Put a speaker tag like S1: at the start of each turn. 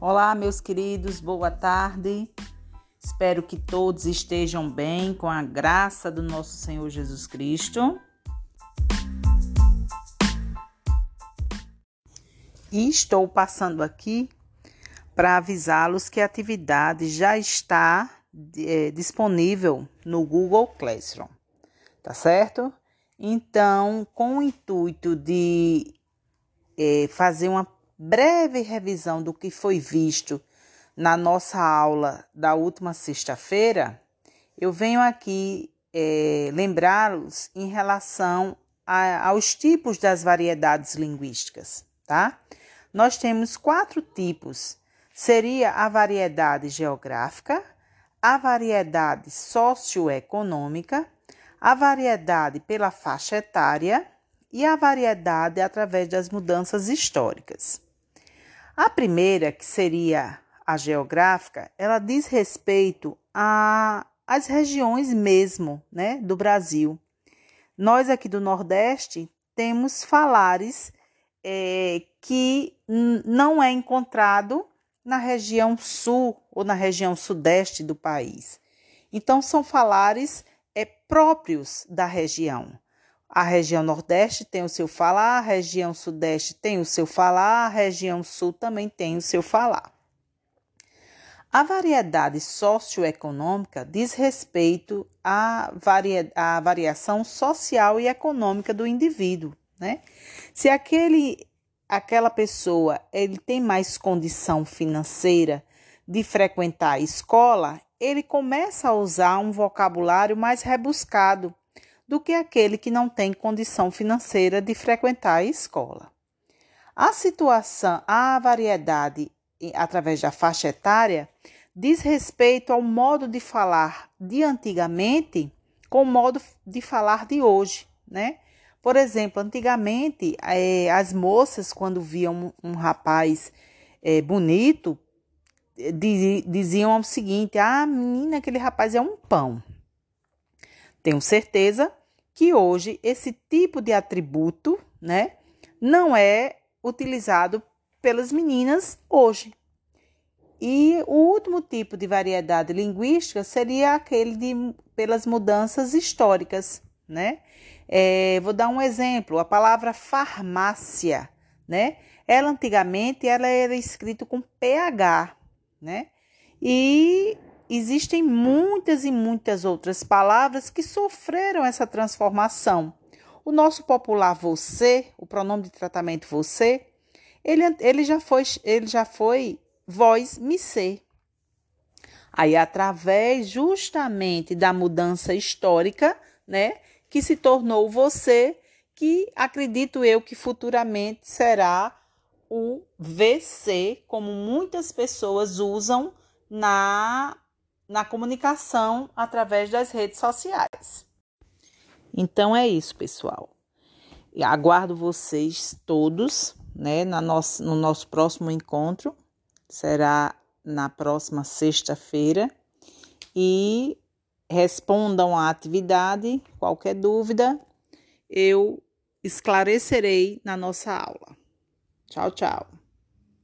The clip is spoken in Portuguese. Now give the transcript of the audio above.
S1: Olá, meus queridos, boa tarde. Espero que todos estejam bem com a graça do nosso Senhor Jesus Cristo. E estou passando aqui para avisá-los que a atividade já está disponível no Google Classroom, tá certo? Então, com o intuito de fazer uma breve revisão do que foi visto na nossa aula da última sexta-feira, eu venho aqui lembrá-los em relação aos tipos das variedades linguísticas, tá? Nós temos 4 tipos. Seria a variedade geográfica, a variedade socioeconômica, a variedade pela faixa etária e a variedade através das mudanças históricas. A primeira, que seria a geográfica, ela diz respeito às regiões mesmo, né, do Brasil. Nós aqui do Nordeste temos falares que não é encontrado na região sul ou na região sudeste do país. Então, são falares próprios da região. A região Nordeste tem o seu falar, a região Sudeste tem o seu falar, a região Sul também tem o seu falar. A variedade socioeconômica diz respeito à variação social e econômica do indivíduo, né? Se aquela pessoa ele tem mais condição financeira de frequentar a escola, ele começa a usar um vocabulário mais rebuscado do que aquele que não tem condição financeira de frequentar a escola. A variedade através da faixa etária diz respeito ao modo de falar de antigamente com o modo de falar de hoje, né? Por exemplo, antigamente as moças, quando viam um rapaz bonito, diziam o seguinte: menina, aquele rapaz é um pão. Tenho certeza que hoje esse tipo de atributo, né, não é utilizado pelas meninas hoje. E o último tipo de variedade linguística seria aquele pelas mudanças históricas, né? Vou dar um exemplo, a palavra farmácia, né? Ela antigamente ela era escrita com PH, né? E existem muitas e muitas outras palavras que sofreram essa transformação. O nosso popular você, o pronome de tratamento você, ele já foi vós me ser. Aí, através justamente da mudança histórica, né, que se tornou você, que acredito eu que futuramente será o VC, como muitas pessoas usam na comunicação através das redes sociais. Então é isso, pessoal. Aguardo vocês todos, né, no nosso próximo encontro. Será na próxima sexta-feira. E respondam à atividade. Qualquer dúvida, eu esclarecerei na nossa aula. Tchau, tchau.